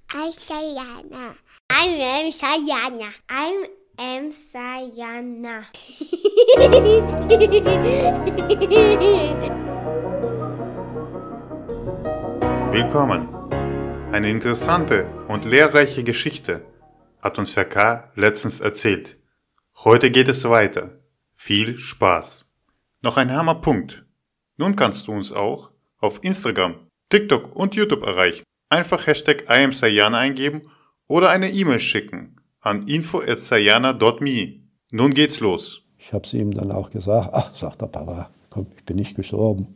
I'm Sayana. I'm Sayana. I'm Sayana. Willkommen! Eine interessante und lehrreiche Geschichte hat uns Herr K. letztens erzählt. Heute geht es weiter. Viel Spaß! Noch ein Hammerpunkt. Nun kannst du uns auch auf Instagram, TikTok und YouTube erreichen. Einfach Hashtag #IamSayana eingeben oder eine E-Mail schicken an info@sayana.me. Nun geht's los. Ich habe es ihm dann auch gesagt. Ach, sagt der Papa, komm, ich bin nicht gestorben.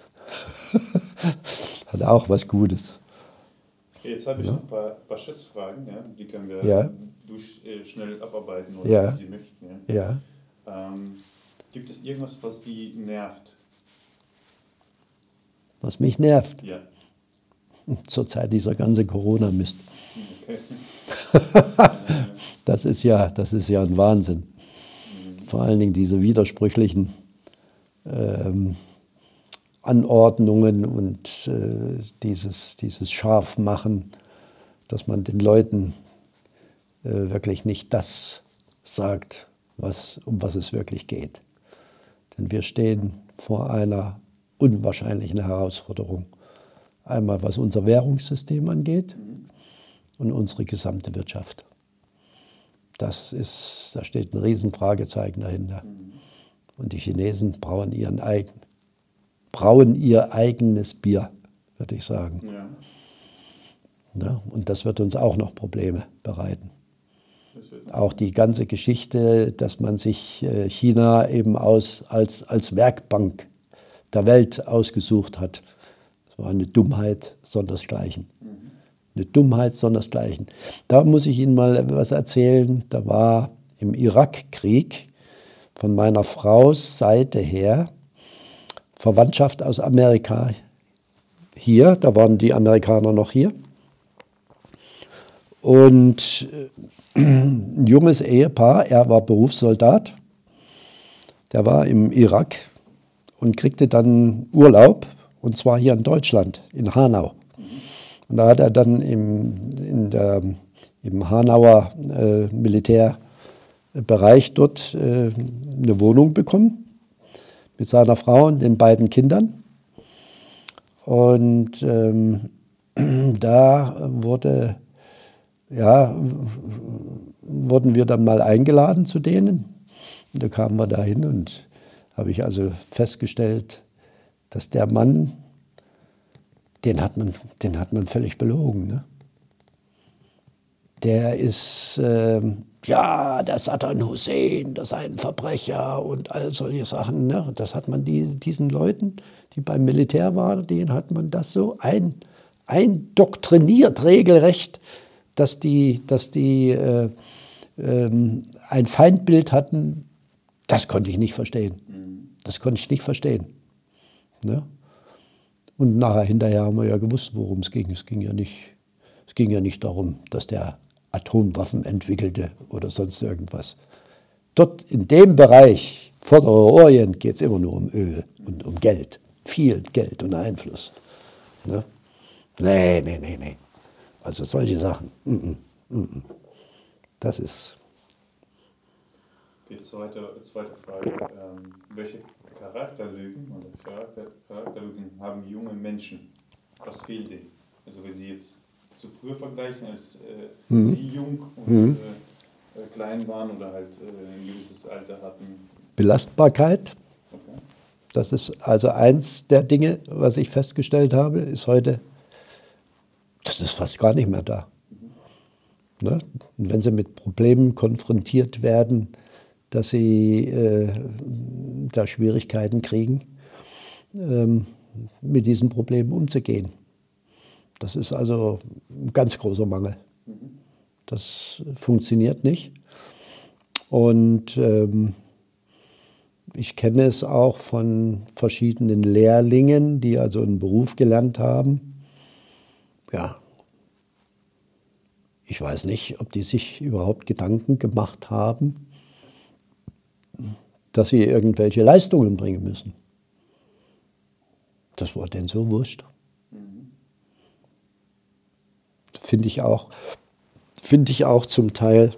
Hat auch was Gutes. Jetzt habe ich noch ein paar Schätzfragen, ja? Die können wir schnell abarbeiten, oder wie Sie möchten. Ja? Gibt es irgendwas, was Sie nervt? Was mich nervt? Ja. Zurzeit dieser ganze Corona-Mist. Okay. Das ist ja ein Wahnsinn. Vor allen Dingen diese widersprüchlichen Anordnungen und dieses Scharfmachen, dass man den Leuten wirklich nicht das sagt, um was es wirklich geht. Denn wir stehen vor einer unwahrscheinlichen Herausforderung. Einmal was unser Währungssystem angeht und unsere gesamte Wirtschaft. Da steht ein Riesenfragezeichen dahinter. Und die Chinesen brauen ihr eigenes Bier, würde ich sagen. Ja, und das wird uns auch noch Probleme bereiten. Auch die ganze Geschichte, dass man sich China eben als Werkbank der Welt ausgesucht hat. Das war eine Dummheit sondersgleichen. Eine Dummheit sondersgleichen. Da muss ich Ihnen mal was erzählen. Da war im Irakkrieg von meiner Frau's Seite her Verwandtschaft aus Amerika hier. Da waren die Amerikaner noch hier. Und ein junges Ehepaar, er war Berufssoldat, der war im Irak und kriegte dann Urlaub, und zwar hier in Deutschland, in Hanau. Und da hat er dann im Hanauer Militärbereich dort eine Wohnung bekommen mit seiner Frau und den beiden Kindern. Und da wurden wir dann mal eingeladen zu denen. Und da kamen wir da hin und habe ich also festgestellt, dass der Mann, den hat man völlig belogen. Ne? Der ist, der Saddam Hussein, das sei ein Verbrecher und all solche Sachen. Ne? Das hat man diesen Leuten, die beim Militär waren, denen hat man das so eindoktriniert, regelrecht, dass die ein Feindbild hatten. Das konnte ich nicht verstehen. Das konnte ich nicht verstehen. Ne? Und hinterher haben wir ja gewusst, worum es ging. Es ging ja nicht darum, dass der Atomwaffen entwickelte oder sonst irgendwas. Dort in dem Bereich, Vorderer Orient, geht es immer nur um Öl und um Geld. Viel Geld und Einfluss. Ne? Nee. Also solche Sachen. Das ist... Die zweite Frage. Welche Charakterlügen haben junge Menschen? Was fehlt denen? Also wenn Sie jetzt zu früh vergleichen, als Sie jung und klein waren oder halt ein gewisses Alter hatten. Belastbarkeit. Okay. Das ist also eins der Dinge, was ich festgestellt habe, ist heute, das ist fast gar nicht mehr da. Ne? Und wenn Sie mit Problemen konfrontiert werden, dass Sie da Schwierigkeiten kriegen, mit diesen Problemen umzugehen. Das ist also ein ganz großer Mangel. Das funktioniert nicht. Und ich kenne es auch von verschiedenen Lehrlingen, die also einen Beruf gelernt haben. Ja, ich weiß nicht, ob die sich überhaupt Gedanken gemacht haben, dass sie irgendwelche Leistungen bringen müssen. Das war denen so wurscht. finde ich auch zum Teil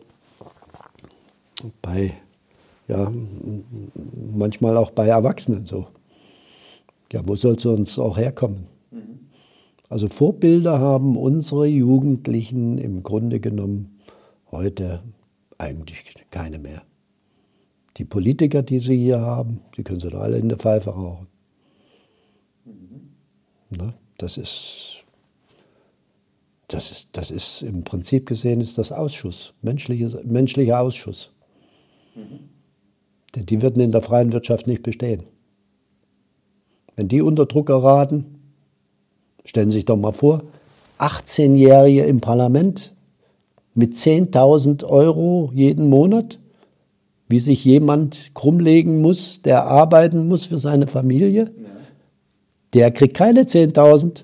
manchmal auch bei Erwachsenen so. Ja, wo soll es sonst auch herkommen? Also Vorbilder haben unsere Jugendlichen im Grunde genommen heute eigentlich keine mehr. Die Politiker, die sie hier haben, die können sie doch alle in der Pfeife rauchen. Ne? Das ist im Prinzip gesehen ist das Ausschuss, menschlicher Ausschuss. Denn die würden in der freien Wirtschaft nicht bestehen. Wenn die unter Druck geraten, stellen Sie sich doch mal vor, 18-Jährige im Parlament mit 10.000 € jeden Monat, wie sich jemand krummlegen muss, der arbeiten muss für seine Familie, der kriegt keine 10.000.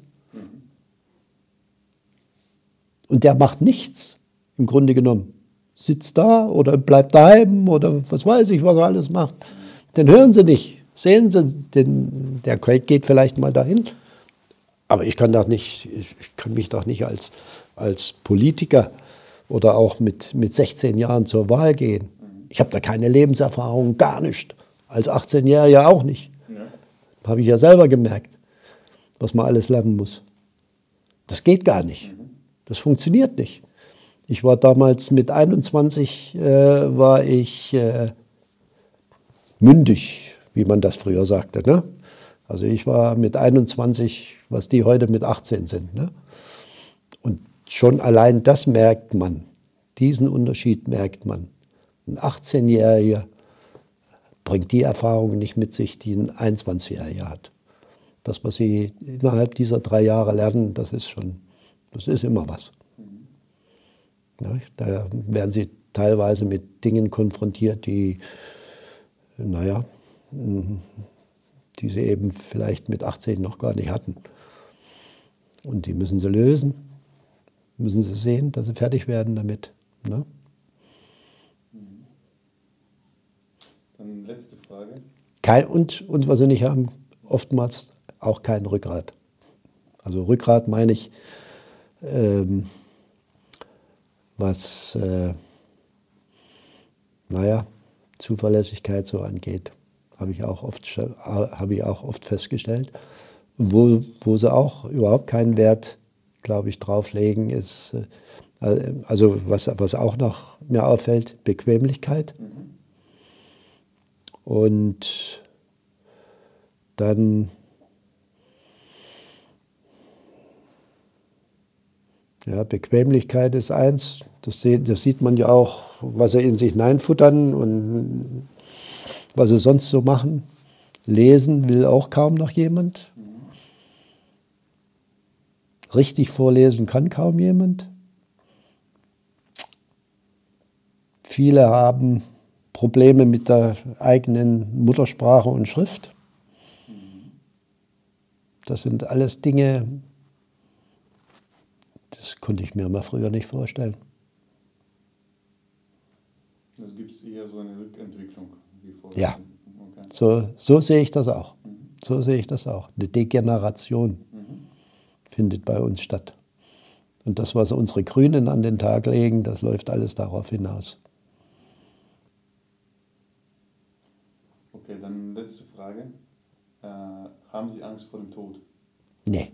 Und der macht nichts, im Grunde genommen. Sitzt da oder bleibt daheim oder was weiß ich, was er alles macht. Den hören Sie nicht, sehen Sie, der geht vielleicht mal dahin. Aber ich kann mich doch nicht als Politiker oder auch mit 16 Jahren zur Wahl gehen. Ich habe da keine Lebenserfahrung, gar nicht. Als 18-Jähriger auch nicht. Ja. Habe ich ja selber gemerkt, was man alles lernen muss. Das geht gar nicht. Das funktioniert nicht. Ich war damals mit 21 mündig, wie man das früher sagte. Ne? Also ich war mit 21, was die heute mit 18 sind. Ne? Und schon allein das merkt man, diesen Unterschied merkt man. Ein 18-Jähriger bringt die Erfahrung nicht mit sich, die ein 21-Jähriger hat. Das, was sie innerhalb dieser 3 Jahre lernen, das ist immer was. Ja, da werden sie teilweise mit Dingen konfrontiert, die sie eben vielleicht mit 18 noch gar nicht hatten. Und die müssen sie lösen, müssen sie sehen, dass sie fertig werden damit. Ne? Dann letzte Frage. Und was sie nicht haben, oftmals auch kein Rückgrat. Also Rückgrat meine ich, was Zuverlässigkeit so angeht, habe ich auch oft festgestellt. Und wo sie auch überhaupt keinen Wert, glaube ich, drauflegen, ist, also was auch noch mir auffällt, Bequemlichkeit. Und dann Bequemlichkeit ist eins, das sieht man ja auch, was sie in sich hineinfuttern und was sie sonst so machen. Lesen will auch kaum noch jemand. Richtig vorlesen kann kaum jemand. Viele haben Probleme mit der eigenen Muttersprache und Schrift. Das sind alles Dinge, das konnte ich mir mal früher nicht vorstellen. Also gibt es eher so eine Rückentwicklung? Ja, okay. So sehe ich das auch. So sehe ich das auch. Eine Degeneration findet bei uns statt. Und das, was unsere Grünen an den Tag legen, das läuft alles darauf hinaus. Okay, dann letzte Frage. Haben Sie Angst vor dem Tod? Nee.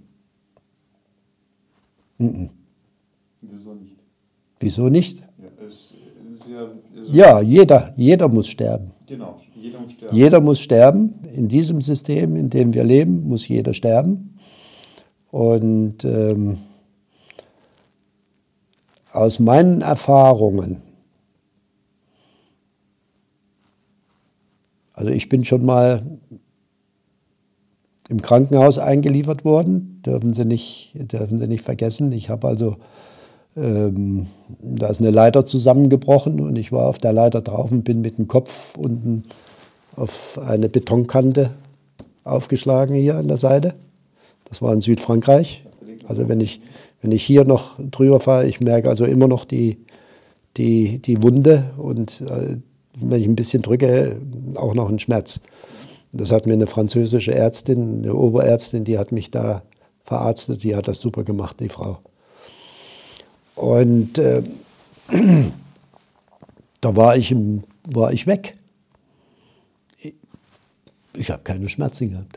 Wieso nicht? Wieso nicht? Ja, es ist ja, jeder muss sterben. Genau, jeder muss sterben. Jeder muss sterben. In diesem System, in dem wir leben, muss jeder sterben. Und aus meinen Erfahrungen, also ich bin schon mal im Krankenhaus eingeliefert worden, dürfen Sie nicht vergessen. Ich habe also, da ist eine Leiter zusammengebrochen und ich war auf der Leiter drauf und bin mit dem Kopf unten auf eine Betonkante aufgeschlagen hier an der Seite. Das war in Südfrankreich. Also wenn ich hier noch drüber fahre, ich merke also immer noch die Wunde und wenn ich ein bisschen drücke, auch noch einen Schmerz. Das hat mir eine französische Ärztin, eine Oberärztin, die hat mich da verarztet, die hat das super gemacht, die Frau. Und da war ich weg. Ich habe keine Schmerzen gehabt.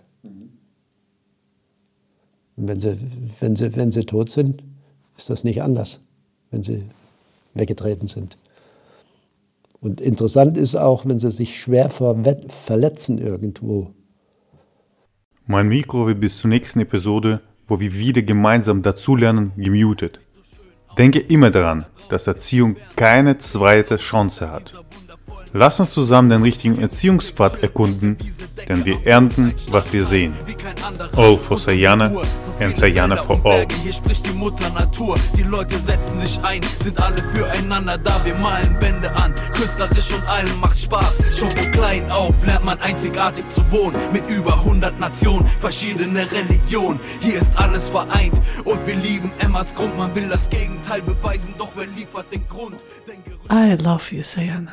Und wenn sie tot sind, ist das nicht anders, wenn sie weggetreten sind. Und interessant ist auch, wenn sie sich schwer verletzen irgendwo. Mein Mikro wird bis zur nächsten Episode, wo wir wieder gemeinsam dazulernen, gemutet. Denke immer daran, dass Erziehung keine zweite Chance hat. Lass uns zusammen den richtigen Erziehungspfad erkunden, denn wir ernten, was wir sehen. All for Sayana and Sayana for all. Hier spricht die Mutter Natur, die Leute setzen sich ein, sind alle füreinander da, wir malen Wände an, künstlerisch und allen macht Spaß. Schon von klein auf lernt man einzigartig zu wohnen, mit über 100 Nationen, verschiedene Religionen. Hier ist alles vereint und wir lieben Emmerts Grund, man will das Gegenteil beweisen, doch wer liefert den Grund? I love you, Sayana.